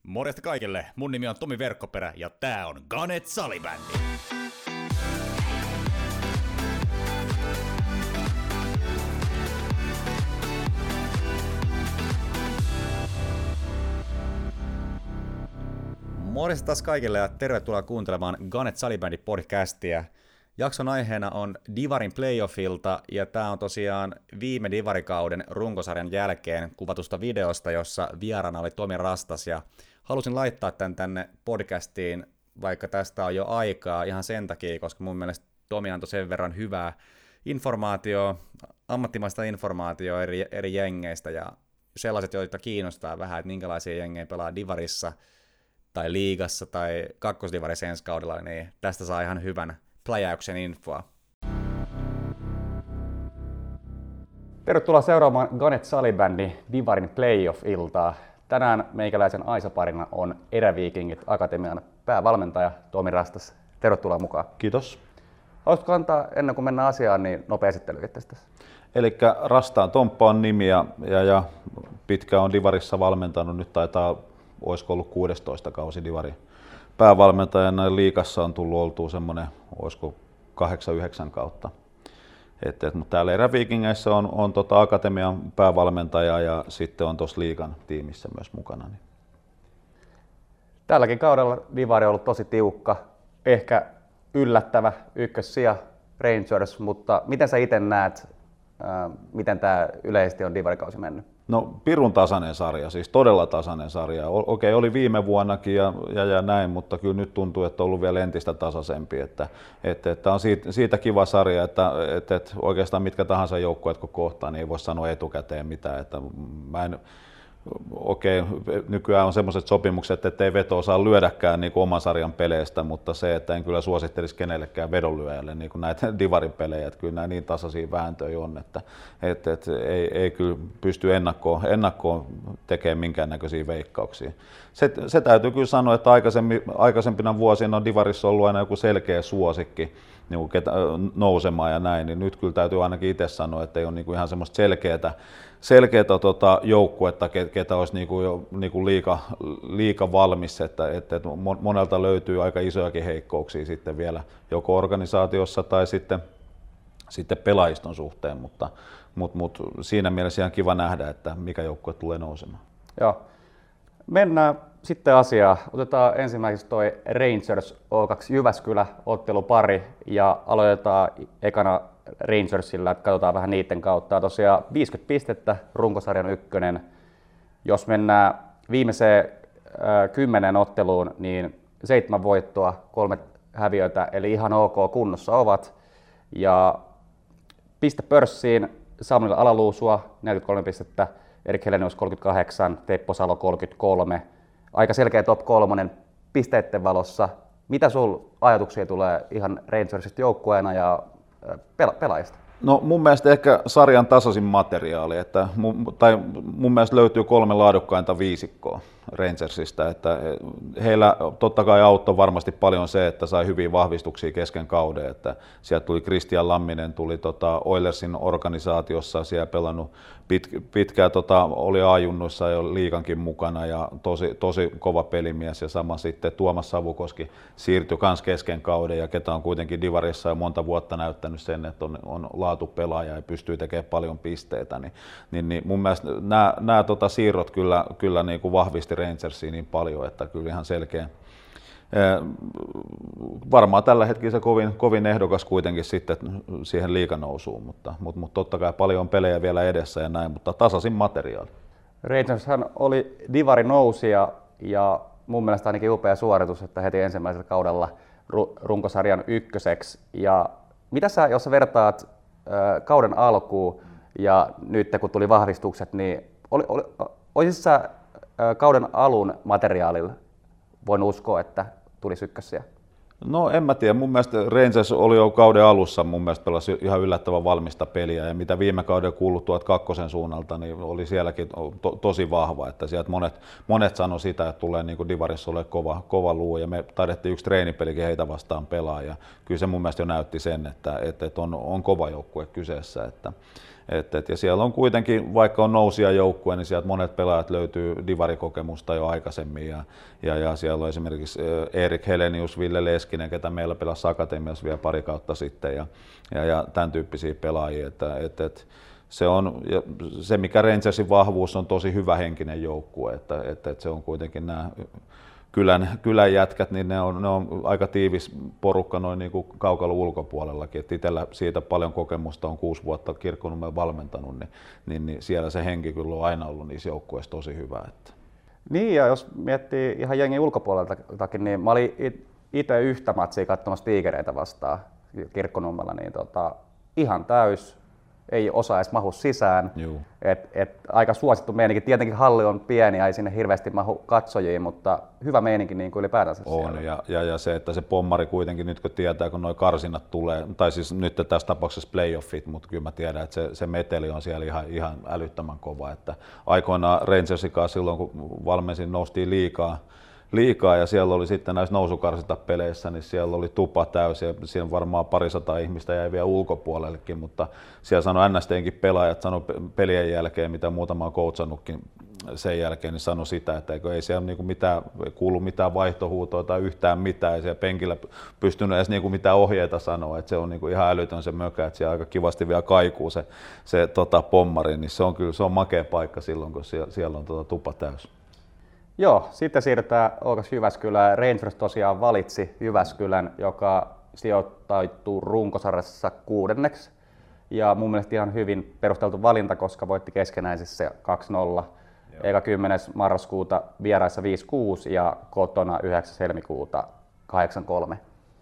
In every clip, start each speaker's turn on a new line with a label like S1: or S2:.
S1: Morjesta kaikille, mun nimi on Tomi Verkkoperä ja tää on Ganet Salibändi. Morjesta taas kaikille ja tervetuloa kuuntelemaan Ganet Salibändi podcastia. Jakson aiheena on Divarin playoffilta ja tää on tosiaan viime Divarikauden runkosarjan jälkeen kuvatusta videosta, jossa vieraana oli Tomi Rastas ja halusin laittaa tän tänne podcastiin, vaikka tästä on jo aikaa ihan sen takia, koska mun mielestä Tomi antoi sen verran hyvää informaatiota, ammattimaista informaatiota eri jengeistä ja sellaiset, joita kiinnostaa vähän, että minkälaisia jengejä pelaa Divarissa tai liigassa tai kakkosdivarissa ensi kaudella, niin tästä saa ihan hyvän pläjäyksen infoa. Tervetuloa seuraamaan Ganet Salibändi Divarin playoff-iltaa. Tänään meikäläisen Aisa-parina on Eräviikingit Akatemian päävalmentaja Tomi Rastas. Tervetuloa mukaan.
S2: Kiitos.
S1: Haluaisitko antaa, ennen kuin mennään asiaan, niin nopea esittely itsestäsi?
S2: Elikkä Rastaan Tomppa on nimi ja pitkään on Divarissa valmentanut. Nyt taitaa, olisiko ollut 16 kausi Divarin päävalmentajana. Liigassa on tullut oltua semmoinen, olisiko 8-9 kautta. Mutta täällä Eräviikingeissä on Akatemian päävalmentaja ja sitten on tuossa liigan tiimissä myös mukana.
S1: Tälläkin kaudella Divari on ollut tosi tiukka, ehkä yllättävä ykkössija Rangers, mutta miten sä itse näet, miten tämä yleisesti on Divarikausi mennyt?
S2: No pirun tasainen sarja, siis todella tasainen sarja. Okei, oli viime vuonnakin ja näin, mutta kyllä nyt tuntuu, että on ollut vielä entistä tasaisempi. Että on siitä kiva sarja, että oikeastaan mitkä tahansa joukkueet kun kohtaa, niin ei voi sanoa etukäteen mitään. Että nykyään on semmoiset sopimukset, että ei veto saa lyödäkään niin kuin oman sarjan peleistä, mutta se, että en kyllä suosittelisi kenellekään vedonlyöjälle niin kuin näitä Divarin pelejä, että kyllä nämä niin tasaisia vääntöjä on, että ei kyllä pysty ennakkoon tekemään minkäännäköisiä veikkauksia. Se täytyy kyllä sanoa, että aikaisempina vuosina on Divarissa ollut aina joku selkeä suosikki niin nousemaan ja näin, niin nyt kyllä täytyy ainakin itse sanoa, että ei ole niin kuin ihan semmoista selkeätä joukkuetta, ketä olisi niinku liiga valmis, että monelta löytyy aika isojakin heikkouksia sitten vielä joko organisaatiossa tai sitten pelaajiston suhteen, mutta siinä mielessä ihan kiva nähdä, että mikä joukkue tulee nousemaan.
S1: Joo. Mennään sitten asiaan. Otetaan ensimmäiseksi toi Rangers O2 Jyväskylä ottelupari ja aloitetaan ekana Rangersilla, että katsotaan vähän niiden kautta. Tosiaan 50 pistettä, runkosarjan ykkönen. Jos mennään viimeiseen 10 otteluun, niin 7 voittoa, 3 häviötä, eli ihan ok kunnossa ovat. Ja pistepörssiin Samuel Alaluusua 43 pistettä, Erik Helenius 38, Teppo Salo 33. Aika selkeä top 3 pisteiden valossa. Mitä sul ajatuksia tulee ihan Rangersista joukkueena ja pelaajista?
S2: No mun mielestä ehkä sarjan tasaisin materiaali, mun mielestä löytyy 3 laadukkainta viisikkoa Rangersista, että heillä totta kai auttoi varmasti paljon se, että sai hyviä vahvistuksia kesken kauden, että sieltä tuli Christian Lamminen, tuli Oilersin organisaatiossa, siellä pelannut pitkään, oli A-junnuissa jo liigankin mukana ja tosi kova pelimies ja sama sitten Tuomas Savukoski siirtyi kans kesken kauden ja ketä on kuitenkin Divarissa jo monta vuotta näyttänyt sen, että on laatupelaaja ja pystyy tekemään paljon pisteitä, niin mun mielestä nämä siirrot kyllä niin kuin vahvisti Rangersia niin paljon, että kyllä ihan selkeä. Varmaan tällä hetkellä se kovin ehdokas kuitenkin sitten siihen liiganousuun, mutta totta kai paljon pelejä vielä edessä ja näin, mutta tasaisin materiaali.
S1: Rangershan oli Divari nousija ja mun mielestä ainakin upea suoritus, että heti ensimmäisellä kaudella runkosarjan ykköseksi. Ja mitä sä, jos sä vertaat kauden alkuun ja nyt kun tuli vahvistukset, niin olisitko sä kauden alun materiaalilla voin uskoa, että tulisi ykkössiä?
S2: No en mä tiedä, mun mielestä Rangers oli jo kauden alussa mun mielestä pelasi ihan yllättävän valmista peliä ja mitä viime kauden kuului tuolta kakkosen suunnalta, niin oli sielläkin tosi vahva, että sieltä monet sanoi sitä, että tulee niin kuin Divarissa ole kova luu ja me taidettiin yksi treenipelikin heitä vastaan pelaa ja kyllä se mun mielestä jo näytti sen, että on kova joukkue kyseessä, että Ja siellä on kuitenkin, vaikka on nousijajoukkue, niin sieltä monet pelaajat löytyy divarikokemusta jo aikaisemmin. Ja siellä on esimerkiksi Erik Helenius, Ville Leskinen, ketä meillä pelasi Akatemiassa vielä pari kautta sitten ja tämän tyyppisiä pelaajia. Se on se, mikä Rangersin vahvuus on, tosi hyvä henkinen joukkue, että se on kuitenkin nämä kylän jätkät, niin ne on aika tiivis porukka noin niin kuin kaukalon ulkopuolellakin. Et itsellä siitä paljon kokemusta, on 6 vuotta Kirkkonummella valmentanut, niin siellä se henki kyllä on aina ollut niissä joukkueissa tosi hyvä. Että.
S1: Niin, ja jos miettii ihan jengin ulkopuoleltakin, niin mä olin itse yhtä matsia katsomassa Tiikereitä vastaan Kirkkonummella, niin ihan täys. Ei osaa edes mahu sisään. Aika suosittu meininki. Tietenkin halli on pieni ja ei sinne hirveästi mahu katsojiin, mutta hyvä meininki niin kuin ylipäätänsä
S2: on,
S1: siellä.
S2: Ja se, että se pommari kuitenkin nyt kun tietää, kun nuo karsinnat tulee, tai siis nyt tässä tapauksessa playoffit, mutta kyllä mä tiedän, että se meteli on siellä ihan älyttömän kova. Että aikoinaan Rangersin kanssa silloin, kun valmensin, noustiin liikaa ja siellä oli sitten näissä nousukarsintapeleissä, niin siellä oli tupa täysi ja siinä varmaan 200 ihmistä jäi vielä ulkopuolellekin, mutta siellä sanoi NST:nkin pelaajat, sanoi pelien jälkeen, mitä muutama on coachannutkin sen jälkeen, niin sanoi sitä, että ei siellä niinku kuulu mitään vaihtohuutoa tai yhtään mitään, ei siellä penkillä pystynyt edes niinku mitään ohjeita sanoa, että se on niinku ihan älytön se mökä, että siellä aika kivasti vielä kaikuu se pommari, niin se on makea paikka silloin, kun siellä on tupa täysi.
S1: Joo, sitten siirrytään O2 Jyväskylään. Rangers tosiaan valitsi Jyväskylän, joka sijoittautuu runkosarjassa 6. Ja mun mielestä ihan hyvin perusteltu valinta, koska voitti keskenäisessä 2-0. Eka 10. marraskuuta vieraissa 5-6 ja kotona 9. helmikuuta 8-3.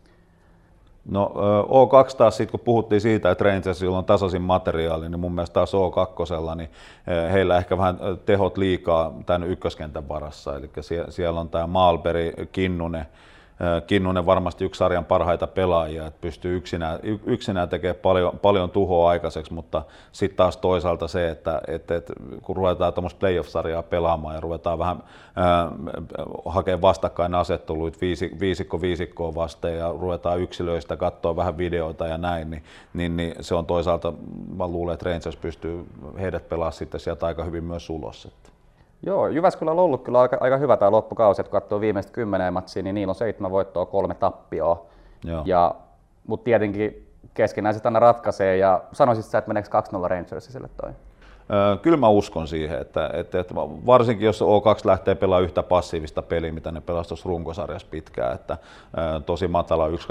S2: No O2 taas sit, kun puhuttiin siitä, että Rangersilla on tasaisin materiaali, niin mun mielestä taas O2, niin heillä ehkä vähän tehot liikaa tämän ykköskentän varassa. Eli siellä on tämä Malberg, Kinnunen varmasti yksi sarjan parhaita pelaajia, että pystyy yksinään tekemään paljon tuhoa aikaiseksi, mutta sitten taas toisaalta se, että kun ruvetaan tuommoista playoff-sarjaa pelaamaan ja ruvetaan vähän hakemaan vastakkainasetteluita viisikkoa vasten ja ruvetaan yksilöistä katsoa vähän videoita ja näin, niin se on toisaalta, mä luulen, että Rangers pystyy heidät pelaamaan sitten sieltä aika hyvin myös ulos.
S1: Joo, Jyväskylä on ollut kyllä aika hyvä tämä loppukausi, että kun katsoo viimeiset 10 matsia, niin niillä on 7 voittoa, 3 tappioa. Mutta tietenkin keskinäiset aina ratkaisee, ja sanoisit sä, että meneekö 2-0 Rangersille toi?
S2: Kyllä mä uskon siihen, että varsinkin jos O2 lähtee pelaamaan yhtä passiivista peliä, mitä ne pelasi tuossa runkosarjassa pitkään, että tosi matala 1-2-2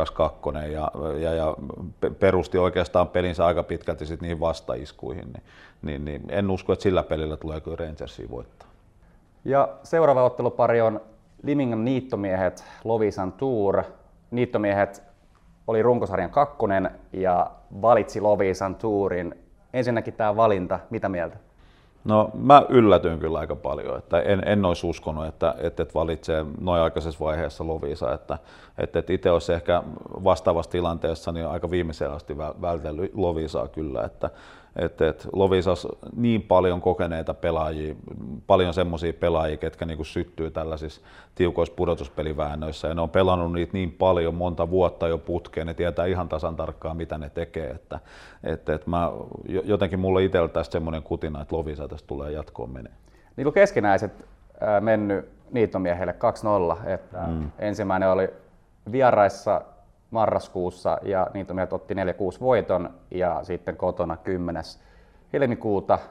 S2: ja perusti oikeastaan pelinsä aika pitkälti sit niihin vastaiskuihin, niin en usko, että sillä pelillä tulee kyllä Rangersia voittaa.
S1: Ja seuraava ottelupari on Limingan niittomiehet, Loviisan Tour. Niittomiehet oli runkosarjan 2. ja valitsi Loviisan Tourin. Ensinnäkin tämä valinta, mitä mieltä?
S2: No mä yllätyin kyllä aika paljon, että en olisi uskonut, että valitsee noin aikaisessa vaiheessa Loviisa, että itse olisi ehkä vastaavassa tilanteessa niin aika viimeiseen asti vältellyt Loviisaa kyllä, että Loviisassa niin paljon kokeneita pelaajia, paljon semmoisia pelaajia, ketkä niinku syttyy tällaisissa tiukoissa pudotuspeliväännöissä ja ne on pelannut niitä niin paljon monta vuotta jo putkeen, ne tietää ihan tasan tarkkaan mitä ne tekee, että jotenkin mulla itsellä tästä semmoinen kutina, että Loviisa tästä tulee jatkoon menee.
S1: Niin kuin keskinäiset mennyt niittomiehelle 2-0, että ensimmäinen oli vieraissa marraskuussa ja niittomiehet otti 4-6 voiton ja sitten kotona 10. helmikuuta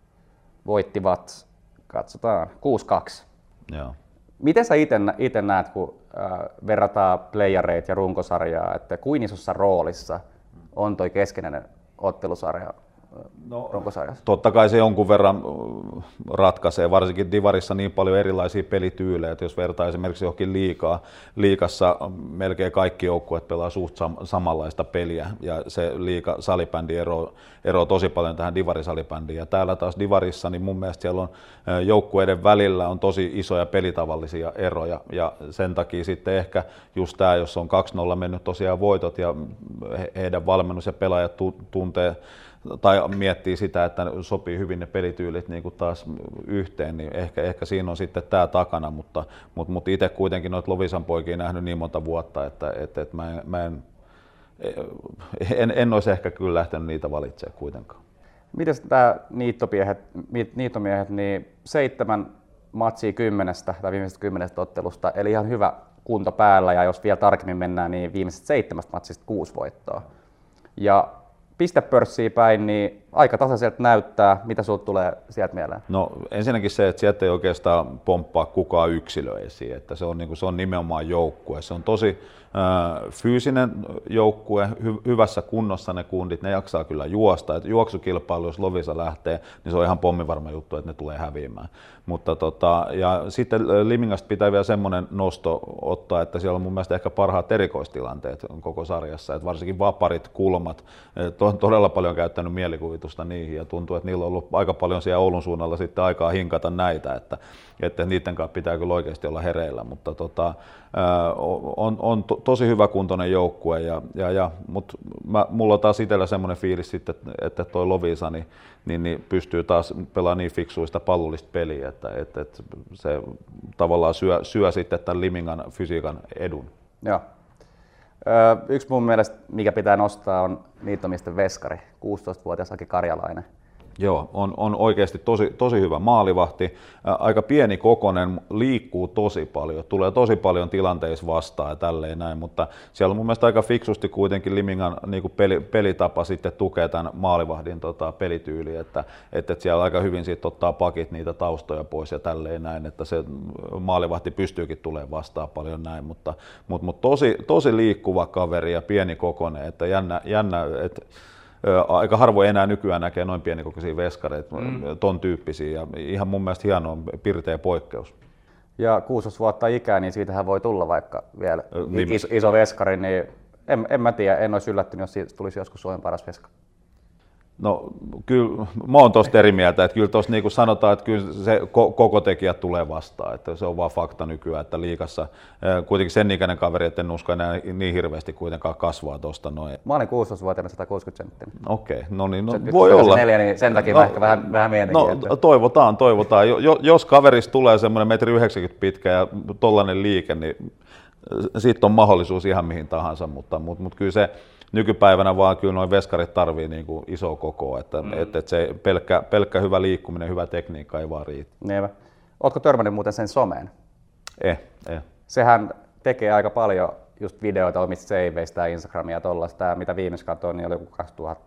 S1: voittivat, katsotaan, 6-2.
S2: Joo.
S1: Miten sä itse näet, kun verrataan playareita ja runkosarjaa, että kuin isossa roolissa on toi keskinäinen ottelusarja? Runkosarjassa?
S2: Totta kai se jonkun verran ratkaisee, varsinkin divarissa niin paljon erilaisia pelityylejä, että jos vertaa esimerkiksi johonkin liigassa melkein kaikki joukkueet pelaa suht samanlaista peliä ja se salibändi eroaa tosi paljon tähän divarisalibändiin ja täällä taas divarissa niin mun mielestä siellä on joukkueiden välillä on tosi isoja pelitavallisia eroja ja sen takia sitten ehkä just tämä, jos on 2-0 mennyt tosiaan voitot ja heidän valmennus ja pelaajat tuntee tai miettii sitä, että sopii hyvin ne pelityylit niin kuin taas yhteen, niin ehkä siinä on sitten tämä takana, mutta itse kuitenkin noita Loviisan poikia nähnyt niin monta vuotta, että mä en olisi ehkä kyllä lähtenyt niitä valitsemaan kuitenkaan.
S1: Mites tää niittomiehet, niin 7 matsia 10 tai viimeisestä 10 ottelusta, eli ihan hyvä kunto päällä, ja jos vielä tarkemmin mennään, niin viimeisestä 7 matsista 6 voittoa. Ja pistepörssiä päin, niin aika tasaiselta näyttää. Mitä sulta tulee sieltä mieleen?
S2: No ensinnäkin se, että sieltä ei oikeastaan pomppaa kukaan yksilö esiin, että se on nimenomaan joukkue. Se on tosi fyysinen joukkue, hyvässä kunnossa ne kundit, ne jaksaa kyllä juosta. Et juoksukilpailu, jos Loviisa lähtee, niin se on ihan pommivarma juttu, että ne tulee häviämään. Mutta ja sitten Limingasta pitää vielä semmoinen nosto ottaa, että siellä on mun mielestä ehkä parhaat erikoistilanteet koko sarjassa, että varsinkin vaparit, kulmat, on todella paljon käyttänyt mielikuvitusta niihin ja tuntuu, että niillä on ollut aika paljon siellä Oulun suunnalla sitten aikaa hinkata näitä, että niiden kanssa pitää kyllä oikeasti olla hereillä, mutta on tosi hyvä kuntoinen joukkue, mutta mulla on taas itsellä semmoinen fiilis sitten, että toi Loviisa niin pystyy taas pelaamaan niin fiksuista pallollista peliä, että se tavallaan syö sitten tämän Limingan fysiikan edun.
S1: Joo. Yksi mun mielestä, mikä pitää nostaa, on niittomisten veskari, 16-vuotias Aki Karjalainen.
S2: Joo, on oikeasti tosi hyvä maalivahti, aika pieni kokonen, liikkuu tosi paljon, tulee tosi paljon tilanteissa vastaan ja tälleen näin, mutta siellä on mun mielestä aika fiksusti kuitenkin Limingan niin kuin pelitapa sitten tukee tämän maalivahdin pelityyliä, että siellä aika hyvin siitä ottaa pakit niitä taustoja pois ja tälleen näin, että se maalivahti pystyykin tulemaan vastaan paljon näin, mutta tosi liikkuva kaveri ja pieni kokonen, että jännä että aika harvoin enää nykyään näkee noin pienikokoisia veskareita, ton tyyppisiä, ja ihan mun mielestä hieno pirteä poikkeus.
S1: Ja 16 vuotta ikää, niin siitähän voi tulla vaikka vielä iso veskari, niin en mä tiedä, en olisi yllättynyt, jos siitä tulisi joskus Suomen paras veskari.
S2: No kyllä, mä oon tosta eri mieltä, että kyllä tossa niin sanotaan, että kyllä se koko tekijä tulee vastaan, että se on vaan fakta nykyään, että liigassa kuitenkin sen ikäinen kaveri, että en usko enää niin hirveästi kuitenkaan kasvaa tosta noin.
S1: Mä olin 16-vuotiaana 160 senttinen.
S2: Okei, no niin,
S1: voi olla. 4, niin sen takia mä ehkä vähän mietinkin.
S2: No toivotaan. Jos kaverista tulee semmoinen 1,90 m pitkä ja tollainen liike, niin siitä on mahdollisuus ihan mihin tahansa, mutta kyllä se nykypäivänä vaan kyllä noin veskarit tarvii niin kuin isoa kokoa, että se pelkkä hyvä liikkuminen, hyvä tekniikka ei vaan riitä.
S1: Niinpä. Ootko törmännyt muuten sen someen?
S2: Ei.
S1: Sehän tekee aika paljon just videoita omista seiveistä ja Instagramia ja tollaista, mitä viimeis katsoin, niin oli joku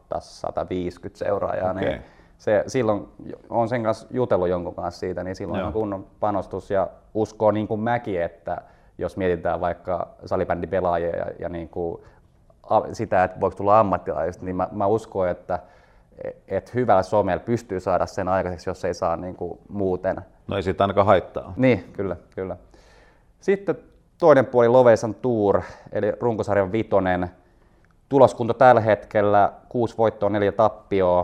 S1: 2150 seuraajaa. Okay. Niin silloin on sen kanssa jutellut jonkun kanssa siitä, niin silloin on kunnon panostus ja uskoo niin kuin mäkin, että jos mietitään vaikka salibändipelaajia ja niin kuin sitä, että voiko tulla ammattilaisista, niin mä uskon, että hyvällä somella pystyy saada sen aikaiseksi, jos ei saa niin kuin muuten.
S2: No ei siitä ainakaan haittaa.
S1: Niin, kyllä. Sitten toinen puoli Loviisan Tour, eli runkosarjan 5. Tuloskunto tällä hetkellä 6 voittoa, 4 tappioa.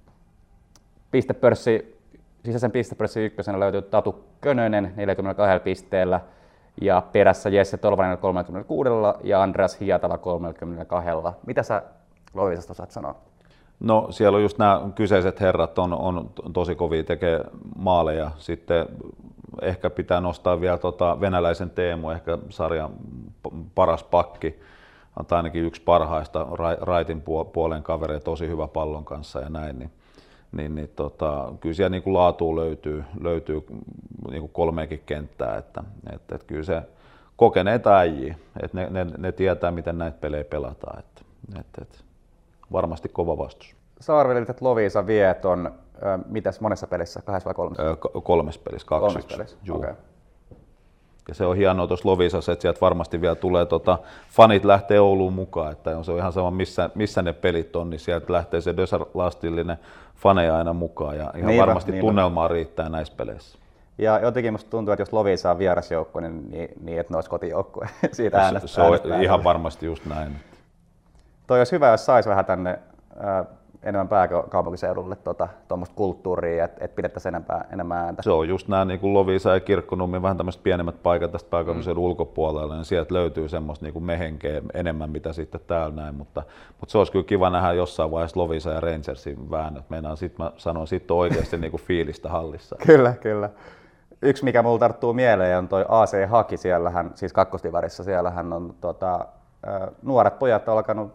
S1: Sisäisen pistepörssin ykkösenä löytyy Tatu Könönen 42 pisteellä. Ja perässä Jesse Tolvanen 36 ja Andreas Hietala 32. Mitä sä Loviisasta osaat sanoa?
S2: No siellä on just nämä kyseiset herrat on tosi kovia tekee maaleja. Sitten ehkä pitää nostaa vielä venäläisen Teemu, ehkä sarjan paras pakki. On ainakin yksi parhaista raitin puolen kavereita, tosi hyvä pallon kanssa ja näin. Kyllä siellä niin kuin laatua löytyy niin kuin 3 kenttää, että kyllä se kokeneita äijiä, että ne tietää, miten näitä pelejä pelataan, että varmasti kova vastus.
S1: Sä arvelit, että Loviisa vie ton, mitäs monessa pelissä, 2 vai 3?
S2: 3 pelissä, 2-1.
S1: Okay.
S2: Ja se on hienoa tuossa Loviisassa, että sieltä varmasti vielä tulee fanit lähtee Ouluun mukaan, että se on ihan sama missä ne pelit on, niin sieltä lähtee se Dösar-lastillinen faneja aina mukaan ja ihan varmasti tunnelmaa riittää näissä peleissä.
S1: Ja jotenkin musta tuntuu, että jos Loviisa on vierasjoukkue, niin että ne olisi kotijoukkue siitä äänestä.
S2: Se on ihan varmasti just näin.
S1: Toi olisi hyvä, jos saisi vähän tänne enemmän pääkaupunkiseudulle tuommoista kulttuuria, että pidettäisiin enemmän ääntä.
S2: Se on just nämä niin kuin Loviisa ja Kirkkonummi, vähän tämmöiset pienemmät paikat tästä pääkaupunkiseudun ulkopuolella, niin sieltä löytyy semmoista niin kuin mehenkeä enemmän, mitä sitten täällä näin, mutta se olisi kyllä kiva nähdä jossain vaiheessa Loviisa ja Rangersin väännöt. Mä sanon, sitten oikeasti niin kuin fiilistä hallissa.
S1: Kyllä. Yksi, mikä mulla tarttuu mieleen, on toi AC Haki, siellähän, siis kakkosdivarissa, siellähän on nuoret pojat alkanut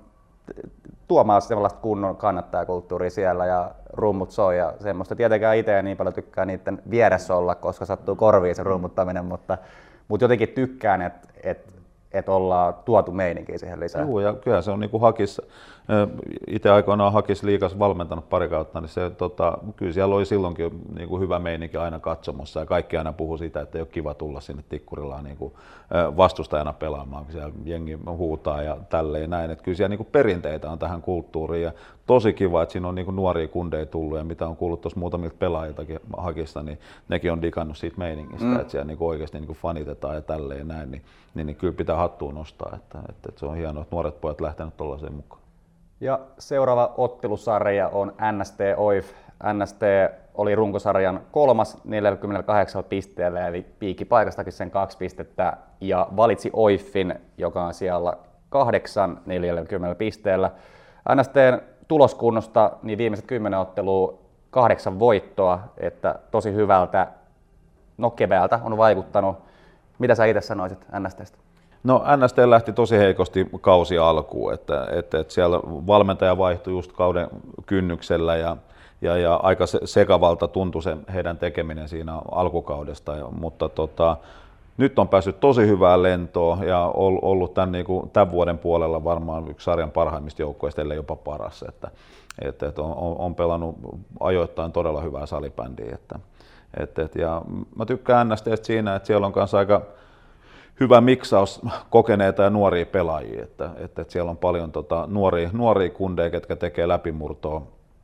S1: tuomaan sellaista kunnon kannattajakulttuuria siellä ja rummut soi ja semmoista. Tietenkään itse niin paljon tykkää niiden vieressä olla, koska sattuu korviin se rummuttaminen, mutta jotenkin tykkään, että ollaan tuotu meininkiä siihen lisää.
S2: Joo, ja kyllä se on niin kuin Hakis, itse aikoinaan Hakis liigas valmentanut pari kautta, niin se, kyllä siellä oli silloinkin niin kuin hyvä meininki aina katsomossa ja kaikki aina puhuu siitä, että ei ole kiva tulla sinne Tikkurilaan niin kuin vastustajana pelaamaan, kun siellä jengi huutaa ja tälleen näin. Että kyllä siellä niin kuin perinteitä on tähän kulttuuriin ja tosi kiva, että siinä on niin kuin nuoria kundeja tullut ja mitä on kuullut tuossa muutamilta pelaajiltakin Hakista, niin nekin on digannut siitä meiningistä, että siellä niin kuin oikeasti niin kuin fanitetaan ja tälleen näin, niin kyllä pitää hattuun nostaa, että se on hienoa, että nuoret pojat lähtenyt tuollaiseen mukaan.
S1: Ja seuraava ottelusarja on NST OIF. NST oli runkosarjan 3. 48 pisteellä, eli piikkipaikastakin sen 2 pistettä, ja valitsi OIFin, joka on siellä 8 40 pisteellä. NSTn tuloskunnosta niin viimeiset 10 ottelua 8 voittoa, että tosi hyvältä, keveältä on vaikuttanut. Mitä sä itse sanoisit NSTstä?
S2: No NST lähti tosi heikosti kausi alkuun, että siellä valmentaja vaihtui just kauden kynnyksellä ja aika sekavalta tuntui se heidän tekeminen siinä alkukaudesta, mutta nyt on päässyt tosi hyvään lentoon ja ollut tämän vuoden puolella varmaan yksi sarjan parhaimmista joukkueista, ellei jopa paras, että on pelannut ajoittain todella hyvää salibändiä. Ja mä tykkään NST:stä siinä, että siellä on kanssa aika hyvä miksaus kokeneita ja nuoria pelaajia, että siellä on paljon nuoria kundeja, ketkä tekee läpimurtoa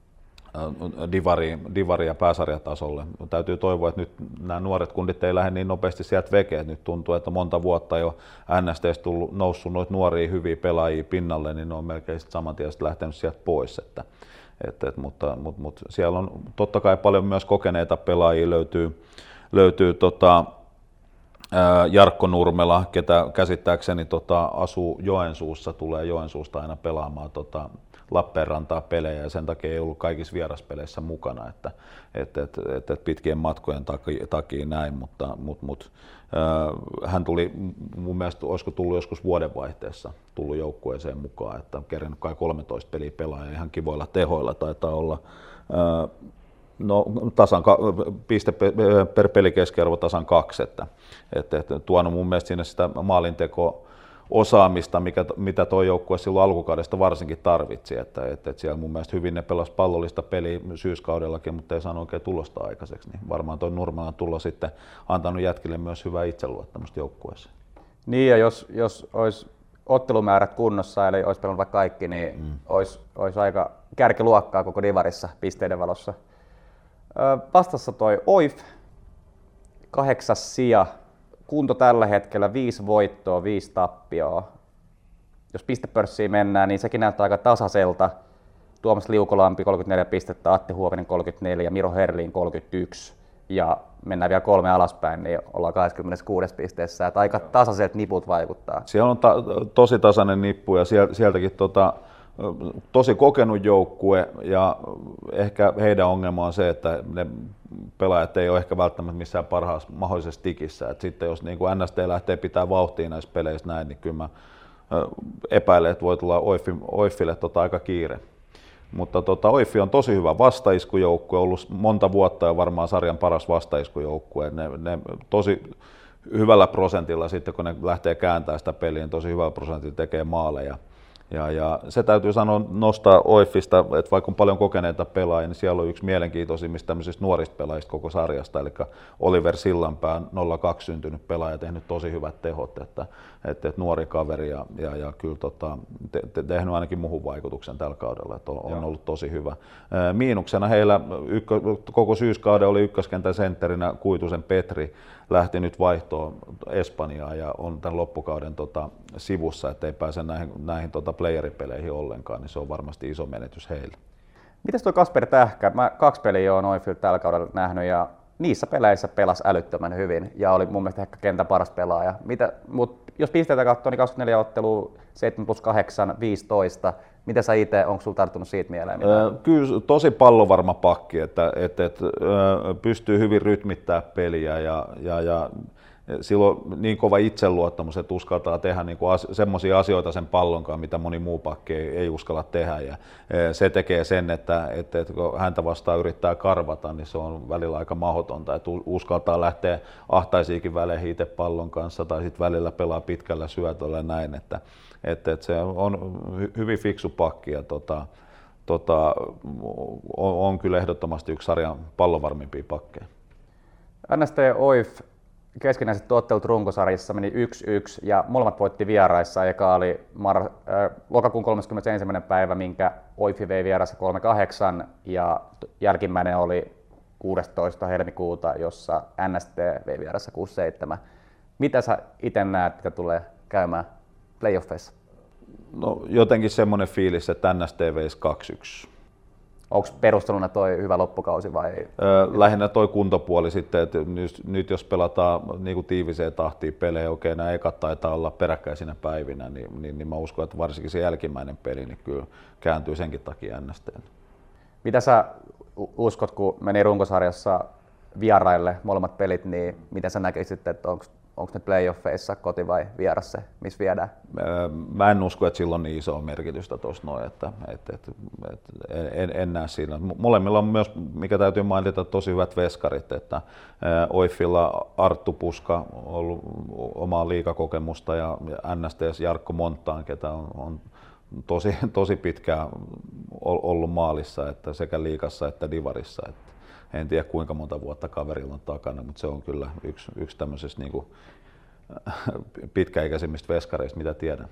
S2: divari- ja pääsarjatasolle. Täytyy toivoa, että nyt nämä nuoret kundit ei lähde niin nopeasti sieltä vekeen. Nyt tuntuu, että monta vuotta jo NST:stä noussut noita nuoria hyviä pelaajia pinnalle, niin ne on melkein saman tien lähtenyt sieltä pois. Mutta siellä on totta kai paljon myös kokeneita pelaajia, löytyy Jarkko Nurmela, ketä käsittääkseni asuu Joensuussa, tulee Joensuusta aina pelaamaan Lappeenrantaa pelejä ja sen takia ei ollut kaikissa vieraspeleissä mukana, että pitkien matkojen takia näin, mutta hän tuli mun mielestä, olisiko tullut joskus vuodenvaihteessa tullut joukkueeseen mukaan, että kerännyt kai 13 peliä pelaa ja ihan kivoilla tehoilla taitaa olla. No piste per pelikeskiarvo tasan 2, että tuonut mun mielestä sinne sitä maalinteko-osaamista, mitä tuo joukkue silloin alkukaudesta varsinkin tarvitsi, että siellä mun mielestä hyvin ne pelasi pallollista peliä syyskaudellakin, mutta ei saanut oikein tulosta aikaiseksi, niin varmaan tuo Nurmelan tulo sitten antanut jätkille myös hyvää itseluottamusta joukkueeseen.
S1: Niin ja jos olisi ottelumäärät kunnossa, eli olisi pelannut vaikka kaikki, niin olisi aika kärkiluokkaa koko divarissa pisteiden valossa. Vastassa toi OIF, 8. sija, kunto tällä hetkellä 5 voittoa, 5 tappioa. Jos pistepörssiin mennään, niin sekin näyttää aika tasaiselta. Tuomas Liukolampi 34 pistettä, Atte Huovinen 34, Miro Herlin 31 ja mennään vielä 3 alaspäin, niin ollaan 26 pisteessä. Että aika tasaiset niput vaikuttaa.
S2: Siellä on tosi tasainen nippu ja sieltäkin tosi kokenut joukkue ja ehkä heidän ongelma on se, että ne pelaajat ei ole ehkä välttämättä missään parhaassa mahdollisessa tikissä. Et sitten jos niin kuin NST lähtee pitää vauhtia näissä peleissä näin, niin kyllä mä epäilen, että voi tulla OIFille aika kiire. Mutta OIF on tosi hyvä vastaiskujoukkue, ollut monta vuotta ja varmaan sarjan paras vastaiskujoukkue. Ne tosi hyvällä prosentilla sitten, kun ne lähtee kääntämään sitä peliä, niin tosi hyvällä prosentilla tekee maaleja. Ja se täytyy sanoa nostaa OIFista, että vaikka on paljon kokeneita pelaajia, niin siellä on yksi mielenkiintoisimmista tämmöisistä nuorista pelaajista koko sarjasta, eli Oliver Sillanpää, 02 syntynyt pelaaja, tehnyt tosi hyvät tehot, että nuori kaveri ja kyllä tehnyt ainakin muuhun vaikutuksen tällä kaudella, että on ollut tosi hyvä. Miinuksena heillä koko syyskauden oli ykköskentän sentterinä Kuitusen Petri, lähti nyt vaihtoon Espanjaan ja on tämän loppukauden sivussa, ettei pääse näihin playeripeleihin ollenkaan, niin se on varmasti iso menetys heille.
S1: Mitäs tuo Kasper Tähkä? Mä 2 peliä oon OIFilta tällä kaudella nähnyt ja niissä peleissä pelasi älyttömän hyvin ja oli mun mielestä ehkä kentän paras pelaaja. Mutta jos pisteitä katsoo, niin 24 ottelua, 7+8, 15. Mitä sä itse, onko sulla tarttunut siitä mieleen?
S2: Kyllä tosi pallovarma pakki, että pystyy hyvin rytmittämään peliä ja silloin niin kova itseluottamus, että uskaltaa tehdä niin semmoisia asioita sen pallonkaan, mitä moni muu pakki ei uskalla tehdä. Ja se tekee sen, että kun häntä vastaan yrittää karvata, niin se on välillä aika mahdotonta. Että uskaltaa lähteä ahtaisiinkin väleihin itse pallon kanssa tai sitten välillä pelaa pitkällä syötöllä näin. Että se on hyvin fiksu pakki ja on kyllä ehdottomasti yksi sarjan pallovarmimpia pakkeja.
S1: NST OIF keskinäiset ottelut runkosarjassa meni 1-1 ja molemmat voitti vieraissa. Eka oli lokakuun 31. päivä, minkä OIF vei vieressä 3-8 ja jälkimmäinen oli 16. helmikuuta, jossa NST vei vieressä 6-7. Mitä sä itse näet, mitä tulee käymään playoffeissa?
S2: No jotenkin semmoinen fiilis, että NST veisi 2-1.
S1: Onko perusteluna toi hyvä loppukausi vai?
S2: Lähinnä toi kuntopuoli sitten, että nyt jos pelataan niin kuin tiiviseen tahtiin pelejä, okei nämä ekat taitaa olla peräkkäisinä päivinä, niin mä uskon, että varsinkin se jälkimmäinen peli niin kyllä kääntyy senkin takia NST:n.
S1: Mitä sä uskot, kun meni runkosarjassa vieraille molemmat pelit, niin miten sä näkisit, että onko ne playoffeissa koti vai vieras se, missä viedään?
S2: Mä en usko, että sillä on niin isoa merkitystä tuossa noin, että en näe siinä. Molemmilla on myös, mikä täytyy mainita, tosi hyvät veskarit, että OIFilla Arttu Puska on ollut omaa liigakokemusta ja NST:ssä Jarkko Monttaan, ketä on tosi pitkään ollut maalissa, että sekä liigassa että divarissa. Että en tiedä kuinka monta vuotta kaverilla on takana, mutta se on kyllä yksi tämmöisestä niin kuin pitkäikäisimmistä veskareista, mitä tiedän.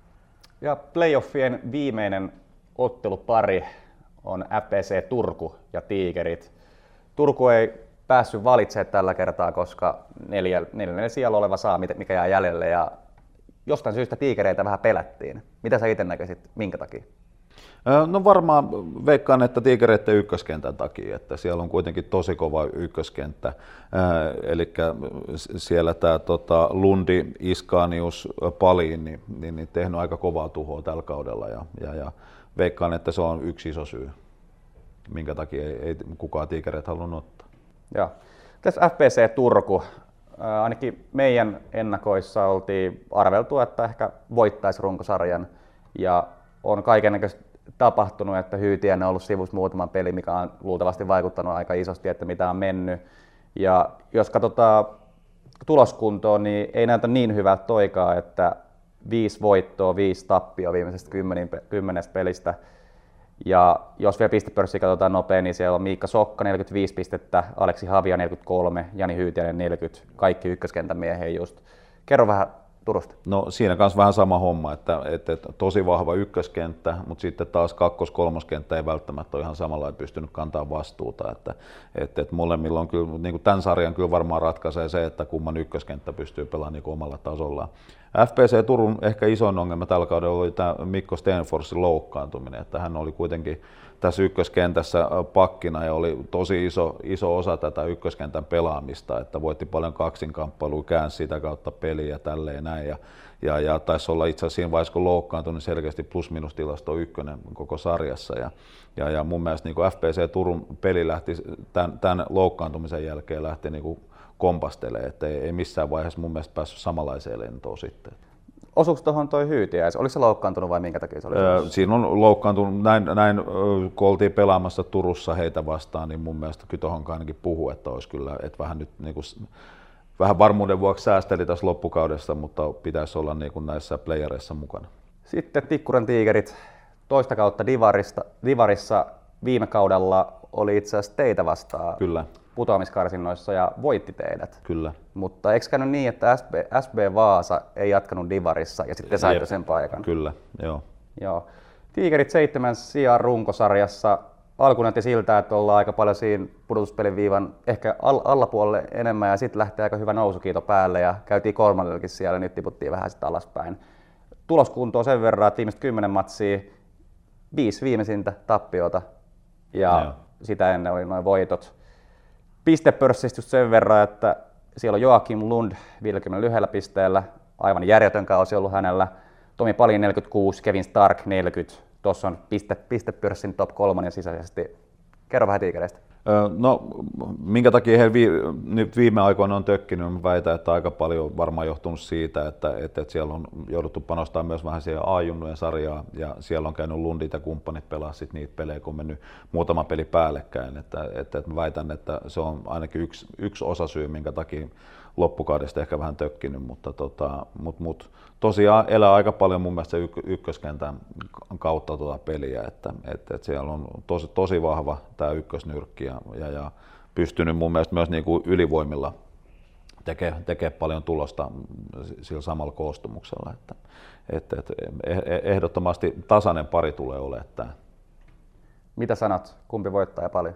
S1: Ja playoffien viimeinen ottelupari on FPC Turku ja Tiikerit. Turku ei päässyt valitsemaan tällä kertaa, koska neljännen sijalla oleva saa, mikä jää jäljelle. Ja jostain syystä Tiikereitä vähän pelättiin. Mitä sä itse näkisit, minkä takia?
S2: No varmaan veikkaan, että Tiikereiden ykköskentän takia, että siellä on kuitenkin tosi kova ykköskenttä, eli siellä tämä Lundi, Iskanius, Palin, niin tehnyt aika kovaa tuhoa tällä kaudella ja veikkaan, että se on yksi iso syy, minkä takia ei kukaan Tiikereitä halunnut ottaa.
S1: Joo. Tässä FPC Turku, ainakin meidän ennakoissa oltiin arveltu, että ehkä voittaisi runkosarjan ja on kaikennäköistä tapahtunut, että Hyytiäinen on ollut sivussa muutaman peli, mikä on luultavasti vaikuttanut aika isosti, että mitä on mennyt. Ja jos katsotaan tuloskuntoon, niin ei näytä niin hyvältä toikaa, että 5 voittoa, 5 tappioa viimeisestä 10 pelistä. Ja jos vielä pistepörssiä katsotaan nopein, niin siellä on Miikka Sokka 45 pistettä, Aleksi Havia 43, Jani Hyytiäinen 40, kaikki ykköskentän miehiä just. Kerro vähän Turusta.
S2: No siinä kanssa vähän sama homma, että tosi vahva ykköskenttä, mutta sitten taas kakkos-kolmoskenttä ei välttämättä ole ihan samalla pystynyt kantaa vastuuta. Että molemmilla on kyllä, niin kuin tämän sarjan kyllä varmaan ratkaisee se, että kumman ykköskenttä pystyy pelaamaan niin kuin omalla tasollaan. FPC Turun ehkä isoin ongelma tällä kaudella oli tämä Mikko Stenforsin loukkaantuminen, että hän oli kuitenkin tässä ykköskentässä pakkina ja oli tosi iso osa tätä ykköskentän pelaamista, että voitti paljon kaksinkamppailua, käänsi sitä kautta peliä ja tälleen näin. Ja taisi olla itse asiassa siinä vaiheessa, kun loukkaantui, niin selkeästi plus-minus-tilasto ykkönen koko sarjassa. Ja mun mielestä niin FPC Turun peli lähti tämän loukkaantumisen jälkeen lähti niin kompastelemaan, että ei missään vaiheessa mun mielestä päässyt samanlaiseen lentoon sitten.
S1: Osuuko tuohon toi Hyytiäis? Oliko se loukkaantunut vai minkä takia se oli?
S2: Siinä on loukkaantunut, näin kun oltiin pelaamassa Turussa heitä vastaan, niin mun mielestä kyllä tuohon ainakin puhuu, että olisi kyllä, että vähän nyt niin kuin, vähän varmuuden vuoksi säästeli tässä loppukaudessa, mutta pitäisi olla niin kuin näissä playereissa mukana.
S1: Sitten Tikkuran Tiikerit toista kautta divarissa viime kaudella oli itse asiassa teitä vastaan.
S2: Kyllä.
S1: Putoamiskarsinnoissa ja voitti teidät.
S2: Kyllä.
S1: Mutta eikö käynyt niin, että SB Vaasa ei jatkanut divarissa ja sitten saitte sen paikan?
S2: Kyllä, joo.
S1: Joo. Tiikerit 7 sijaan runkosarjassa. Alku näytti siltä, että ollaan aika paljon siinä pudotuspelin viivan ehkä allapuolelle enemmän ja sitten lähtee aika hyvä nousukiito päälle ja käytiin kolmannellakin siellä ja nyt tiputtiin vähän sitten alaspäin. Tuloskuntoon sen verran, että viimeiset 10 matsia, 5 viimeisintä tappiota ja sitä ennen oli noin voitot. Pistepörssistä just sen verran, että siellä on Joakim Lund 51 pisteellä, aivan järjetön kausi ollut hänellä. Tomi Palin 46, Kevin Stark 40. Tuossa on pistepörssin top 3 sisäisesti. Kerro vähän Tiikereistä.
S2: No, minkä takia he nyt viime aikoina on tökkinyt, mä väitän, että aika paljon varmaan johtunut siitä, että siellä on jouduttu panostamaan myös vähän siihen A-junnujen sarjaan, ja siellä on käynyt Lundit ja kumppanit pelaa sit niitä pelejä, kun on mennyt muutama peli päällekkäin. Että mä väitän, että se on ainakin yksi osasyy, minkä takia loppukaudesta ehkä vähän tökkinyt, mutta tosiaan elää aika paljon mun mielestä se ykköskentän kautta peliä, että siellä on tosi vahva tämä ykkösnyrkki ja pystynyt mun mielestä myös niin kuin ylivoimilla tekee paljon tulosta sillä samalla koostumuksella, että ehdottomasti tasainen pari tulee olemaan tämä.
S1: Mitä sanot, kumpi voittaa ja paljon?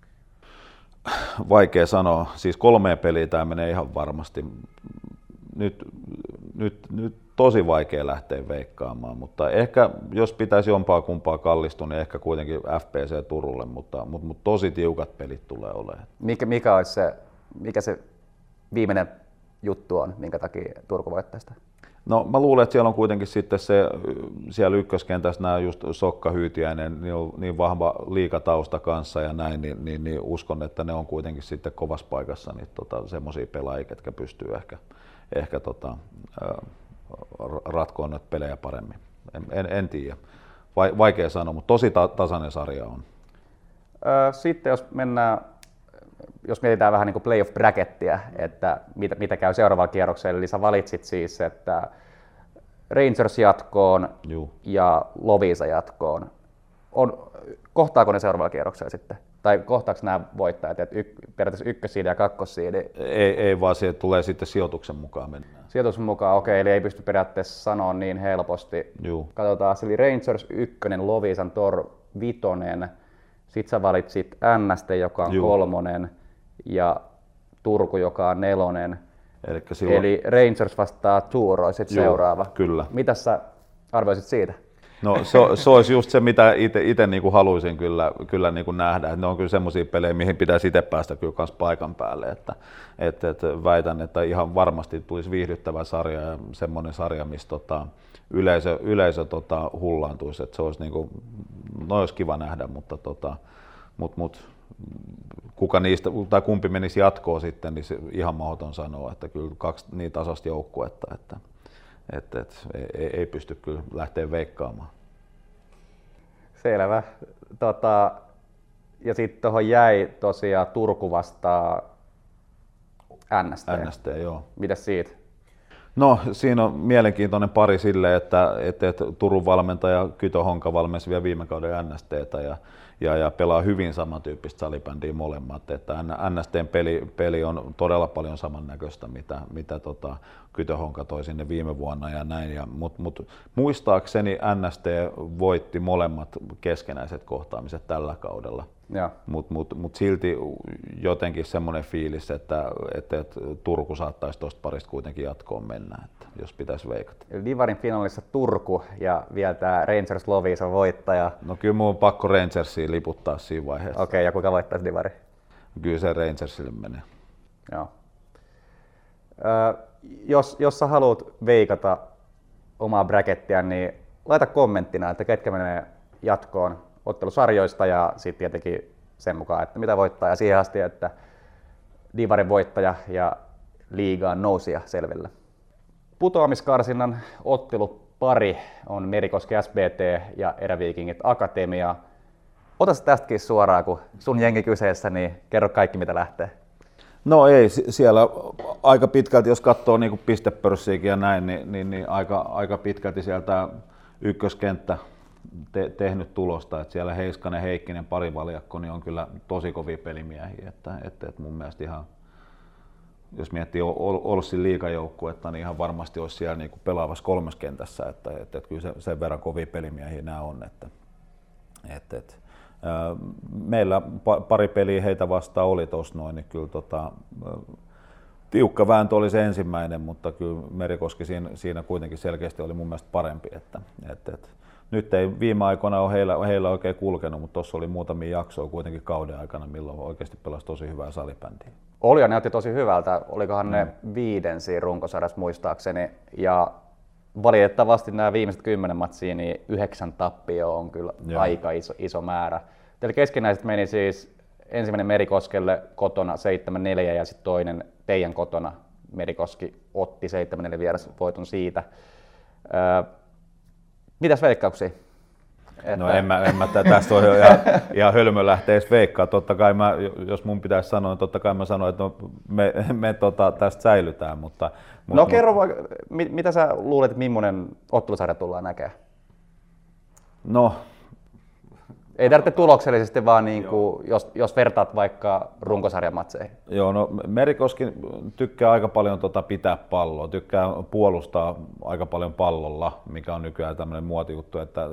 S2: Vaikea sanoa. Siis 3 peliä tämä menee ihan varmasti. Nyt tosi vaikea lähteä veikkaamaan, mutta ehkä jos pitäisi jompaa kumpaa kallistua, niin ehkä kuitenkin FPC Turulle, mutta tosi tiukat pelit tulee olemaan.
S1: Mikä se viimeinen juttu on, minkä takia Turku voittaa sitä?
S2: No mä luulen, että siellä on kuitenkin sitten siellä ykköskentässä nämä just Sokka, Hyytiäinen, niin vahva liigatausta kanssa ja näin, niin uskon, että ne on kuitenkin sitten kovassa paikassa niin semmoisia pelaajia, jotka pystyy ehkä ratkoa noita pelejä paremmin. En tiedä. Vaikea sanoa, mutta tosi tasainen sarja on.
S1: Sitten jos mietitään vähän niin kuin playoff brackettia, että mitä käy seuraavalla kierroksella, eli sä valitsit siis, että Rangers jatkoon ja Loviisa jatkoon. Kohtaako ne seuraavalla kierroksella sitten? Tai kohtaako nämä voittajat, että periaatteessa ykkössiidi ja kakkossiidi?
S2: Ei vaan se tulee sitten sijoituksen mukaan mennään.
S1: Sijoituksen mukaan, okei, eli ei pysty periaatteessa sanoa niin helposti. Katsotaan, eli Rangers 1, Loviisan Tor 5, sitten sä valitsit NST, joka on 3, ja Turku, joka on 4. Eli Rangers vastaa Tuuro, sitten seuraava.
S2: Kyllä.
S1: Mitä sä arvoisit siitä?
S2: No se olisi just se, mitä itse niin kuin haluaisin kyllä niin kuin nähdä. Että ne on kyllä semmoisia pelejä, mihin pitäisi itse päästä kyllä kans paikan päälle. Että väitän, että ihan varmasti tulisi viihdyttävä sarja ja semmoinen sarja, missä yleisö hullaantuisi. Että se olisi, niin kuin, olisi kiva nähdä, mutta kuka niistä tai kumpi menisi jatkoon sitten, niin se ihan mahdoton sanoa, että kyllä 2 niin tasaista joukkuetta, että ei pysty kyllä lähteä veikkaamaan.
S1: Selvä. Ja sitten tuohon jäi tosiaan Turku vastaan NST.
S2: NST, joo.
S1: Mitäs siitä?
S2: No siinä on mielenkiintoinen pari sille, että Turun valmentaja Kytö Honka valmensi vielä viime kauden NSTtä ja pelaa hyvin samantyyppistä salibändiä molemmat. Että NSTn peli on todella paljon samannäköistä, mitä Kytö Honka toi sinne viime vuonna ja näin. Mutta muistaakseni NST voitti molemmat keskenäiset kohtaamiset tällä kaudella. Mutta silti jotenkin semmoinen fiilis, että Turku saattaisi tuosta parista kuitenkin jatkoon mennä, että jos pitäisi veikata.
S1: Eli Divarin finaalissa Turku ja vielä tämä Rangers Loviisa voittaja.
S2: No kyllä mun on pakko Rangersiin liputtaa siinä vaiheessa.
S1: Okei, ja kuka voittaisi Divari?
S2: Kyllä se Rangersille menee.
S1: Joo. Jos sä haluat veikata omaa brackettia, niin laita kommenttina, että ketkä menee jatkoon ottelusarjoista ja sitten tietenkin sen mukaan, että mitä voittaa ja siihen asti, että Divarin voittaja ja liigaan nousija selvillä. Putoamiskarsinnan ottelupari on Merikoski SBT ja Eräviikingit Akatemia. Ota se tästäkin suoraan, kun sun jengi kyseessä, niin kerro kaikki mitä lähtee.
S2: No ei, siellä aika pitkälti, jos katsoo niin pistepörssiäkin ja näin, niin aika pitkälti sieltä ykköskenttä tehnyt tulosta, että siellä Heiskanen, Heikkinen, parivaljakko niin on kyllä tosi kovia pelimiehiä, että mun mielestä ihan, jos miettii Olssin liigajoukkuetta, niin ihan varmasti olisi siellä niin kuin pelaavassa kolmeskentässä, että kyllä sen verran kovia pelimiehiä nämä on, että meillä pari peliä heitä vastaan oli tuossa noin, niin kyllä tiukka vääntö oli se ensimmäinen, mutta kyllä Merikoski siinä kuitenkin selkeästi oli mun mielestä parempi, että nyt ei viime aikoina ole heillä oikein kulkenut, mutta tuossa oli muutamia jaksoja kuitenkin kauden aikana, milloin oikeasti pelasi tosi hyvää salibändiä.
S1: Oli ja näytti tosi hyvältä. Olikohan ne 5. runkosarjassa muistaakseni. Ja valitettavasti nämä viimeiset 10 matsia, niin 9 tappioa on kyllä aika iso määrä. Teillä keskinäiset meni siis ensimmäinen Merikoskelle kotona 7-4 ja sitten toinen teidän kotona. Merikoski otti 7-4 vierasvoiton siitä. Mitäs veikkauksia?
S2: No en mä tästä ole ihan hölmö lähteä edes veikkaa. Totta kai jos mun pitäisi sanoa, niin totta kai mä sanon, että no, me tästä säilytään.
S1: Kerro, mitä sä luulet, että millainen ottelusarja tullaan näkemään?
S2: No,
S1: ei tarvitse tuloksellisesti, vaan niin kuin, jos vertaat vaikka runkosarjamatseihin.
S2: Joo, no Merikoski tykkää aika paljon pitää palloa, tykkää puolustaa aika paljon pallolla, mikä on nykyään tämmöinen muotijuttu, että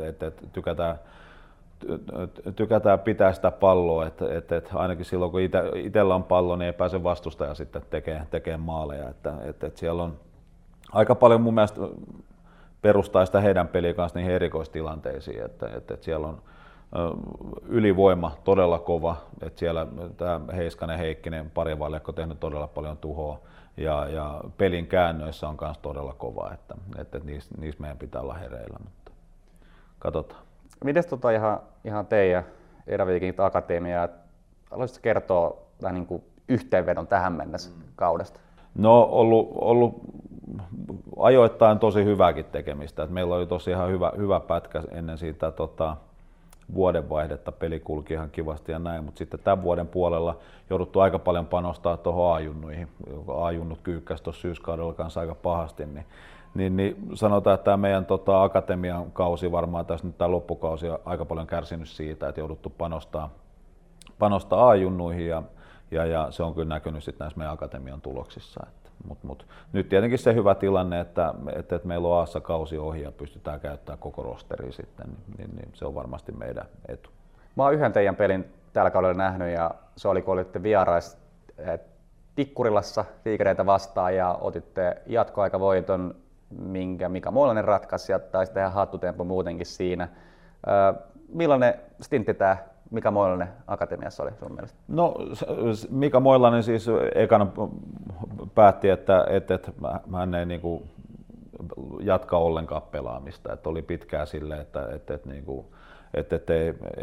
S2: tykätään pitää sitä palloa, että ainakin silloin kun itsellä on pallo, niin ei pääse vastustaja sitten tekemään maaleja. Että siellä on aika paljon mun mielestä perustaa sitä heidän peliä kanssa niihin erikoistilanteisiin, että siellä on ylivoima todella kova, että siellä tämä Heiskanen, Heikkinen, parivaljakko tehnyt todella paljon tuhoa ja pelin käännöissä on myös todella kova, että niissä meidän pitää olla hereillä, mutta katsotaan.
S1: Mites ihan teidän Eräviikingit Akatemia, haluaisitko kertoa vähän niin kuin yhteenvedon tähän mennessä kaudesta?
S2: No ollut ajoittain tosi hyvääkin tekemistä, että meillä oli tosi ihan hyvä pätkä ennen siitä vuodenvaihdetta, peli kulki ihan kivasti ja näin, mutta sitten tämän vuoden puolella jouduttu aika paljon panostaa tuohon A-junnuihin. A-junnut kyykkäsi tuossa syyskaudella kanssa aika pahasti, niin sanotaan, että tämä meidän akatemian kausi varmaan tässä nyt tämä loppukausi on aika paljon kärsinyt siitä, että jouduttu panostaa A-junnuihin ja se on kyllä näkynyt sitten näissä meidän akatemian tuloksissa. Mutta nyt tietenkin se hyvä tilanne, että meillä on Aassa kausi ohi ja pystytään käyttämään koko rosteria sitten, niin se on varmasti meidän etu.
S1: Mä oon yhden teidän pelin tällä kaudella nähnyt ja se oli kun olitte vierais Tikkurilassa Tiikereitä vastaan ja otitte jatkoaikavoiton, minkä Mika Moilanen ratkaisi ja taisi tehdä hattutempo muutenkin siinä. Millainen stintti tämä Mika Moilanen Akatemiassa oli sun mielestä?
S2: No Mika Moilanen siis ekana päätti, että hän ei niinku jatka ollenkaan pelaamista. Että oli pitkään silleen, että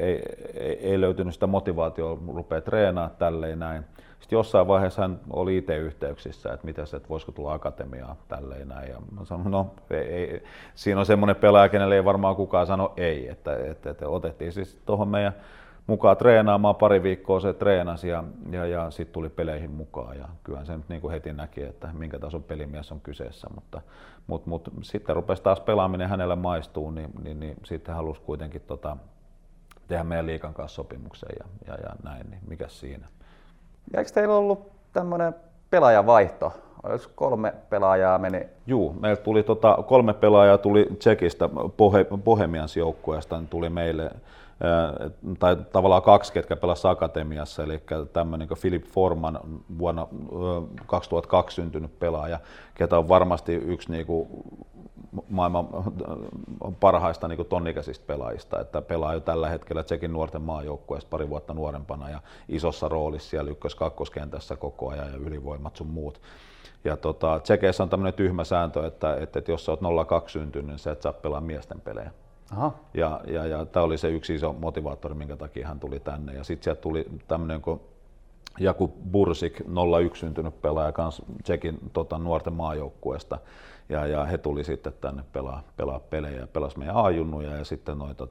S2: ei löytynyt sitä motivaatiota rupea treenaamaan tälleen näin. Sitten jossain vaiheessa hän oli itse yhteyksissä, että mitäs, että voisiko tulla akatemiaan tälleen näin. Ja mä sanoin, no ei. Siinä on semmoinen pelaaja, kenelle ei varmaan kukaan sano ei. Että otettiin siis tuohon meidän mukaan treenaamaan, pari viikkoa se treenasi ja sitten tuli peleihin mukaan. Ja kyllähän se nyt niin kuin heti näki, että minkä tason pelimies on kyseessä. Mutta sitten rupesi taas pelaaminen hänelle maistuu, niin sitten halusi kuitenkin tehdä meidän liigan kanssa sopimuksen ja näin, niin mikäs siinä.
S1: Ja eikö teillä ollut tämmöinen pelaajavaihto? Oliko 3 pelaajaa meni?
S2: Juu, meillä tuli 3 pelaajaa tuli Tsekistä Bohemians joukkueesta, tuli meille tai tavallaan 2, ketkä pelasivat akatemiassa, eli tämmöinen kuin Philip Forman vuonna 2002 syntynyt pelaaja, ketä on varmasti yksi niinku maailman parhaista niinku tonnikäisistä pelaajista, että pelaa jo tällä hetkellä Tsekin nuorten maajoukkueessa pari vuotta nuorempana ja isossa roolissa siellä ykkös-kakkoskentässä koko ajan ja ylivoimat sun muut. Ja Tsekeissä on tämmöinen tyhmä sääntö, että jos sä oot 02 syntynyt, niin sä et saa pelaa miesten pelejä.
S1: Aha.
S2: Ja tämä oli se yksi iso motivaattori, minkä takia hän tuli tänne. Ja sitten sieltä tuli tämmöinen kuin Jakub Bursik, 01 syntynyt pelaaja kanssa Tsekin nuorten maajoukkueesta. Ja he tuli sitten tänne pelaa pelejä ja pelasi meidän A-junnuja ja sitten noita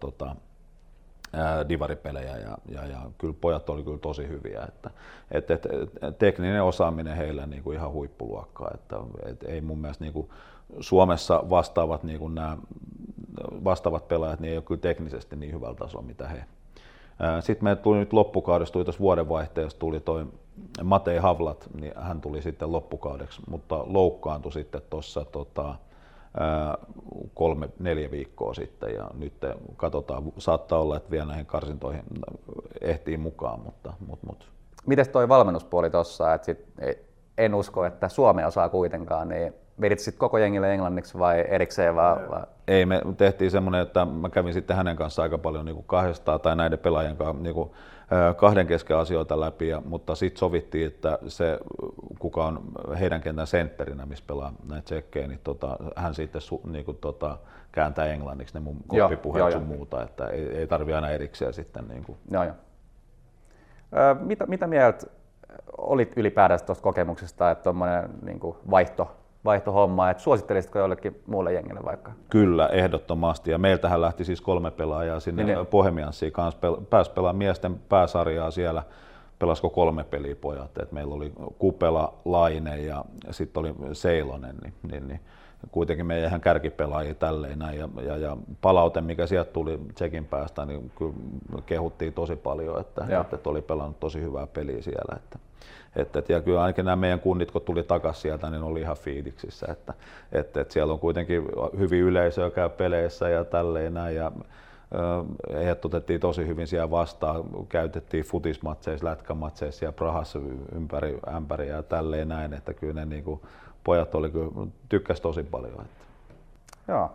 S2: divaripelejä ja kyllä pojat oli kyllä tosi hyviä, että tekninen osaaminen heillä niin kuin ihan huippuluokkaa, että ei mun mielestä niin kuin Suomessa vastaavat niin kuin nämä vastaavat pelaajat niin ei ole kyllä teknisesti niin hyvällä tasolla mitä he. Sitten meille tuli nyt loppukaudessa, tuli tuossa vuodenvaihteessa tuli toi Matei Havlat, niin hän tuli sitten loppukaudeksi, mutta loukkaantui sitten tuossa 3-4 viikkoa sitten ja nyt katsotaan, saattaa olla, että vielä näihin karsintoihin ehtii mukaan, mutta.
S1: Mites toi valmennuspuoli tuossa, että en usko, että Suomi osaa kuitenkaan, niin vedit sitten koko jengille englanniksi vai erikseen vaan?
S2: Ei, me tehtiin semmoinen, että mä kävin sitten hänen kanssa aika paljon niin kuin kahdestaan tai näiden pelaajien kanssa niin kuin kahden kesken asioita läpi, mutta sitten sovittiin, että se, kuka on heidän kentän sentterinä, missä pelaa näitä tsekkejä, niin hän sitten niin kuin, kääntää englanniksi ne mun koppipuheet sun muuta, että ei tarvitse aina erikseen sitten. Niin kuin.
S1: Joo. Mitä mieltä olit ylipäätään tuosta kokemuksesta, että tuommoinen niin vaihtohomma, että suosittelisitko jollekin muulle jengille vaikka?
S2: Kyllä, ehdottomasti. Ja meiltähän lähti siis 3 pelaajaa sinne Bohemiansiin kanssa. Pääsi pelaamaan miesten pääsarjaa siellä. Pelasiko 3 peliä pojat. Et meillä oli Kupela, Laine ja sitten oli Seilonen. Niin kuitenkin meidän ihan kärkipelaajia tälleen näin. Ja palaute, mikä sieltä tuli Tsekin päästä, niin kyllä kehuttiin tosi paljon, että oli pelannut tosi hyvää peliä siellä. Ja kyllä ainakin nämä meidän kunnit, kun tuli takaisin sieltä, niin oli ihan fiiliksissä, että siellä on kuitenkin hyvin yleisöä käy peleissä ja tälleen näin. Ja heidät otettiin tosi hyvin siellä vastaan, käytettiin futismatseissa, lätkämatseissa ja Prahassa ympäri ämpäriä ja tälleen näin, että kyllä ne niin kuin, pojat tykkäsi tosi paljon. Että.
S1: Joo.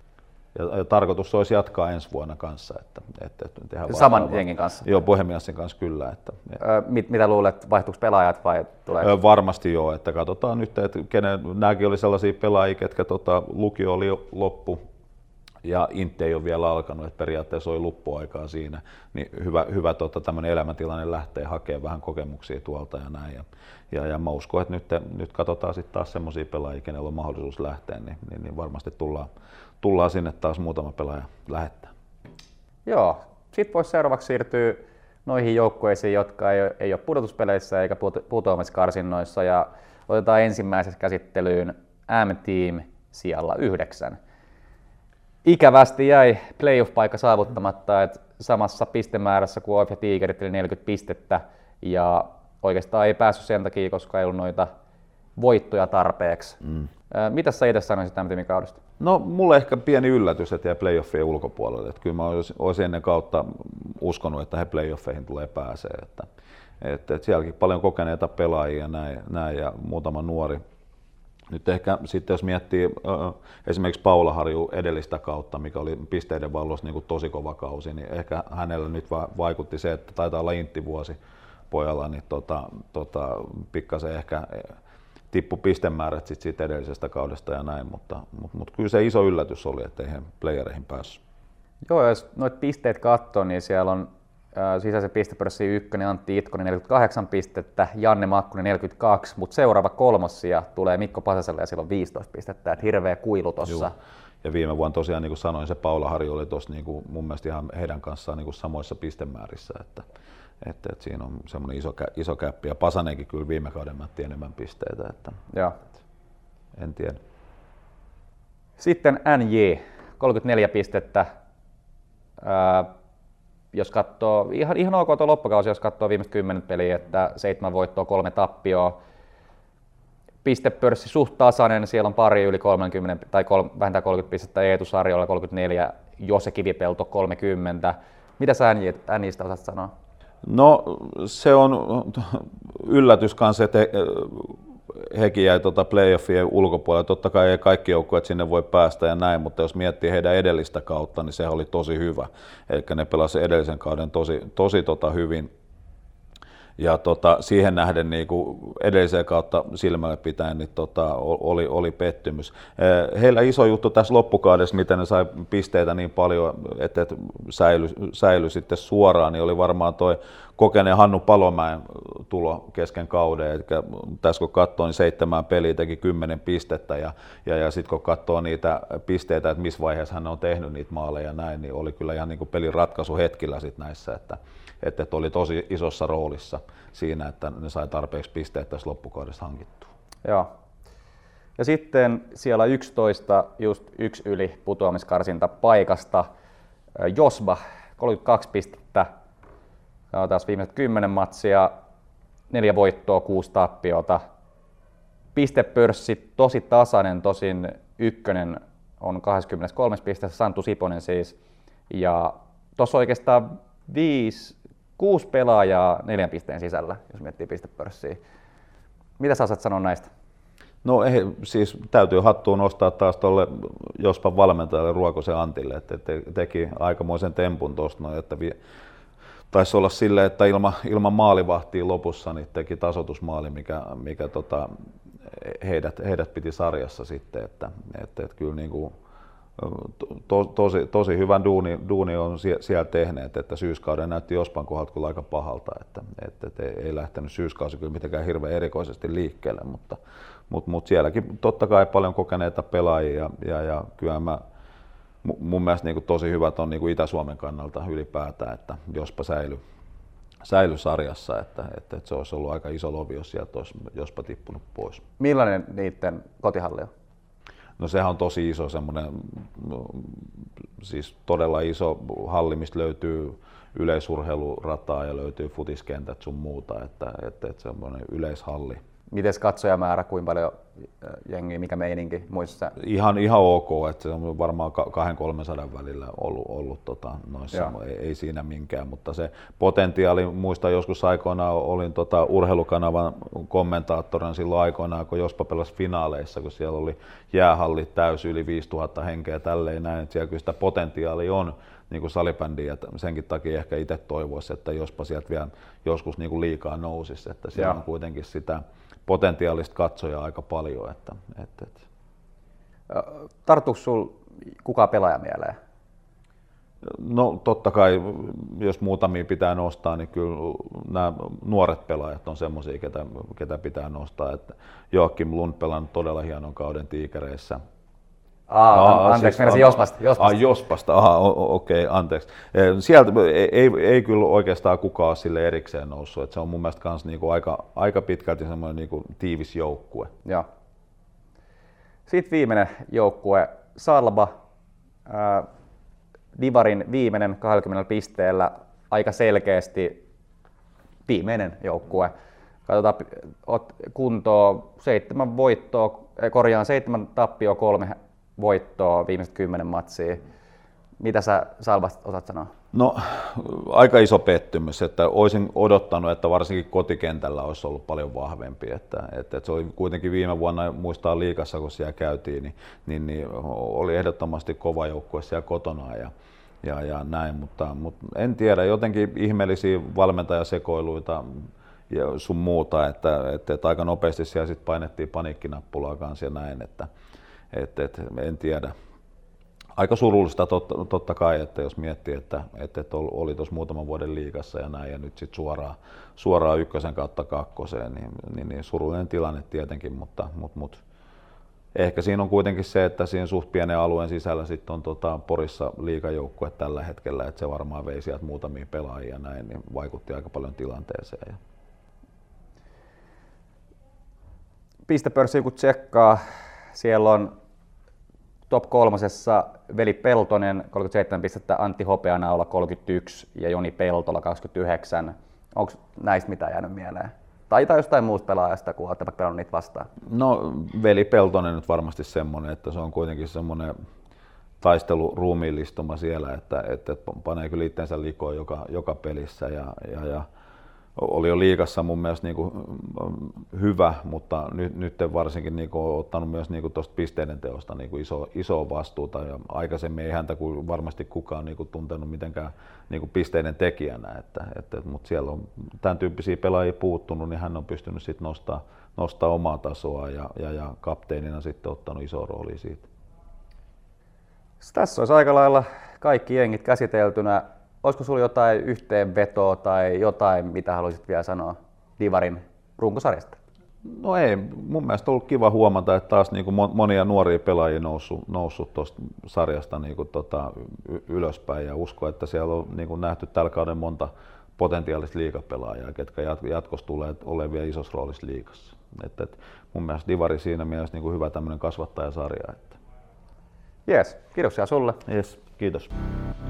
S2: Ja tarkoitus olisi jatkaa ensi vuonna kanssa. Että tehdään
S1: saman jengin kanssa?
S2: Joo, Bohemiansin kanssa kyllä.
S1: Mitä luulet, vaihtuuko pelaajat vai tulee?
S2: Varmasti joo, että katsotaan nyt, että nämäkin oli sellaisia pelaajia, ketkä lukio oli jo loppu ja Intti ei ole vielä alkanut, että periaatteessa oli loppuaikaa siinä, niin hyvä tämmöinen elämäntilanne lähtee hakemaan vähän kokemuksia tuolta ja näin. Ja mä uskon, että nyt katsotaan sitten taas semmoisia pelaajia, kenellä on mahdollisuus lähteä, niin varmasti tullaan sinne taas muutama pelaaja lähettää.
S1: Joo, sitten voisi seuraavaksi siirtyä noihin joukkueisiin, jotka ei ole pudotuspeleissä eikä putoamiskarsinnoissa, ja otetaan ensimmäisessä käsittelyyn M-Team sijalla 9. Ikävästi jäi playoff-paikka saavuttamatta, että samassa pistemäärässä kuin OIF ja Tigerit, eli 40 pistettä, ja oikeastaan ei päässyt sen takia, koska ei ollut noita voittoja tarpeeksi. Mitä sä itse sanoisit M-Teamin kaudesta?
S2: No, mulle ehkä pieni yllätys, että jäi playoffien ulkopuolelle. Että kyllä mä olisin ennen kautta uskonut, että he playoffeihin tulee pääsee. Että sielläkin paljon kokeneita pelaajia näin ja muutama nuori. Nyt ehkä sitten jos miettii esimerkiksi Paula Harju edellistä kautta, mikä oli pisteiden vallossa niin kuin tosi kova kausi, niin ehkä hänellä nyt vaikutti se, että taitaa olla intti-vuosi pojalla, niin pikkasen ehkä tippu pistemäärät siitä edellisestä kaudesta ja näin, mutta kyllä se iso yllätys oli, ettei he playereihin päässyt. Joo,
S1: jos noita pisteet katsoo, niin siellä on sisäisen pistepörssin 1, Antti Itkonen 48 pistettä, Janne Makkunen 42, mutta seuraava kolmossija tulee Mikko Pasaselle ja sillä on 15 pistettä, että hirveä kuilu tossa.
S2: Ja viime vuonna tosiaan, niin kuin sanoin, se Paula Harju oli tuossa niin kuin mun mielestä ihan heidän kanssaan niin kuin samoissa pistemäärissä, että siinä on semmoinen iso käppi, ja Pasanenkin kyllä viime kauden mätti enemmän pisteitä, että en tiedä.
S1: Sitten NJ, 34 pistettä. Jos katsoo, ihan ok tuo loppukausi, jos katsoo viimeiset 10 peliä, että 7 voittoa, 3 tappioa. Pistepörssi suht tasainen, siellä on pari yli 30 tai vähintään 30 pistettä, Eetu Sarjolla 34, Jose Kivipelto 30. Mitä sä NJ:stä osaat sanoa?
S2: No, se on yllätys kanssa, että hekin jäi playoffien ulkopuolelle. Totta kai ei kaikki joukkueet sinne voi päästä ja näin, mutta jos miettii heidän edellistä kautta, niin sehän oli tosi hyvä. Eli ne pelasivat edellisen kauden tosi hyvin. Ja siihen nähden niin kuin edelliseen kautta silmälle pitäen niin oli pettymys. Heillä iso juttu tässä loppukaudessa, miten ne sai pisteitä niin paljon, että säilyi sitten suoraan, niin oli varmaan toi kokeneen Hannu Palomäen tulo kesken kauden. Eli tässä kun katsoo, niin 7 peliä teki 10 pistettä ja sitten kun katsoo niitä pisteitä, että missä vaiheessa hän on tehnyt niitä maaleja ja näin, niin oli kyllä ihan niin kuin pelin ratkaisuhetkillä sitten näissä, että oli tosi isossa roolissa siinä, että ne sai tarpeeksi pisteitä tässä loppukaudessa hankittua.
S1: Joo. Ja sitten siellä 11 just yksi yli putoamiskarsinta paikasta. Josba 32 pistettä. Taas viimeiset 10 matsia, 4 voittoa, 6 tappiota. Pistepörssi tosi tasainen, tosin ykkönen on 23 pisteessä, Santtu Siponen siis. Ja tuossa oikeastaan 6 pelaajaa 4 pisteen sisällä, jos miettii pistepörssiä. Mitä sä osaat sanoa näistä?
S2: No siis täytyy hattuun nostaa taas tuolle Jospan valmentajalle Ruokosen Antille, että teki aikamoisen tempun tuosta, että taisi olla silleen, että ilman maalivahtia lopussa niin teki tasoitusmaali, mikä heidät piti sarjassa sitten, että kyllä niin kuin tosi hyvän duuni on siellä tehneet, että syyskauden näytti Jospan kohdalta kyllä aika pahalta, että ei lähtenyt syyskausi kyllä mitenkään hirveän erikoisesti liikkeelle, mutta sielläkin totta kai paljon kokeneita pelaajia ja kyllä mun mielestä niin kuin tosi hyvät on niin kuin Itä-Suomen kannalta ylipäätään, että Jospa säily sarjassa, että se olisi ollut aika iso lovi, jos sieltä olisi Jospa tippunut pois.
S1: Millainen niiden kotihalli on?
S2: No sehän on tosi iso semmoinen, siis todella iso halli, mistä löytyy yleisurheilurataa ja löytyy futiskentät sun muuta, että semmoinen yleishalli.
S1: Mites katsojamäärä, kuinka paljon jengiä, mikä meininki muissa?
S2: Ihan ok, että se on varmaan 200-300 välillä ollut noissa, ei siinä minkään, mutta se potentiaali, muistan joskus aikoinaan olin urheilukanavan kommentaattorina silloin aikoinaan, kun Jospa pelasi finaaleissa, kun siellä oli jäähallit täysi yli 5000 henkeä tälleen näin, että siellä kyllä sitä potentiaalia on niin kuin salibändiä, että senkin takia ehkä itse toivoisi, että Jospa sieltä vielä joskus niin kuin liikaa nousisi, että siellä on kuitenkin sitä potentiaalista katsojaa aika paljon.
S1: Tarttuuko sinulla kukaan pelaaja mieleen?
S2: No totta kai, jos muutamia pitää nostaa, niin kyllä nämä nuoret pelaajat on semmoisia, ketä pitää nostaa. Että Joakim Lund pelannut todella hienon kauden Tiikereissä.
S1: Anteeksi, menisin Jospasta.
S2: Jospasta, okei, anteeksi. Sieltä ei kyllä oikeastaan kukaan ole sille erikseen noussut. Että se on mun mielestä kans niinku aika pitkälti semmoinen niinku tiivis joukkue.
S1: Joo. Sitten viimeinen joukkue, Salba. Divarin viimeinen 20 pisteellä, aika selkeästi viimeinen joukkue. Katsotaan kuntoa, 7 tappioa, 3 voittoa viimeiset 10 matsia. Mitä sä Salbasta osaat sanoa?
S2: No aika iso pettymys, että olisin odottanut, että varsinkin kotikentällä olisi ollut paljon vahvempi. Että se oli kuitenkin viime vuonna, muistaa liigassa kun siellä käytiin, niin oli ehdottomasti kova joukkue siellä kotona ja näin, mutta en tiedä, jotenkin ihmeellisiä valmentajasekoiluita ja sun muuta, että aika nopeasti siellä sitten painettiin paniikkinappulaa kanssa ja näin, että en tiedä. Aika surullista totta kai, että jos miettii, että oli tuossa muutaman vuoden liigassa ja näin ja nyt sitten suoraan ykkösen kautta kakkoseen, niin surullinen tilanne tietenkin, mutta ehkä siinä on kuitenkin se, että siinä suht pienen alueen sisällä sitten on Porissa liigajoukkue tällä hetkellä, että se varmaan vei sieltä muutamia pelaajia näin, niin vaikutti aika paljon tilanteeseen.
S1: Pistepörssi kun tsekkaa, siellä on top 3 Veli Peltonen 37 pistettä, Antti Hopeanaula 31 ja Joni Peltola 29. Onko näistä mitään jäänyt mieleen? Tai jostain muusta pelaajasta, kun olette pelannut niitä vastaan?
S2: No Veli Peltonen nyt varmasti semmoinen, että se on kuitenkin semmoinen taisteluruumiillistuma siellä, että panee kyllä itsensä likoon joka pelissä ja oli jo liigassa mun mielestä niin kuin hyvä, mutta nyt varsinkin niin kuin ottanut myös niin kuin tuosta pisteiden teosta niin kuin isoa vastuuta ja aikaisemmin ei häntä varmasti kukaan niin kuin tuntenut mitenkään niin kuin pisteiden tekijänä, mutta siellä on tämän tyyppisiä pelaajia puuttunut, niin hän on pystynyt sitten nostaa omaa tasoa ja kapteenina sitten ottanut iso rooli siitä.
S1: Tässä olisi aika lailla kaikki jengit käsiteltynä. Olisiko sinulla jotain yhteenvetoa tai jotain, mitä haluaisit vielä sanoa Divarin runkosarjasta?
S2: No ei, mun mielestä on ollut kiva huomata, että taas niin kuin monia nuoria pelaajia noussut tuosta sarjasta niin kuin ylöspäin ja uskon, että siellä on niin kuin nähty tällä kauden monta potentiaalista liigapelaajaa, ketkä jatkossa tulee olemaan vielä isossa roolissa liigassa. Mun mielestä Divari siinä mielessä niin kuin hyvä tämmöinen kasvattajasarja.
S1: Jees, kiitoksia sulle.
S2: Jees, kiitos.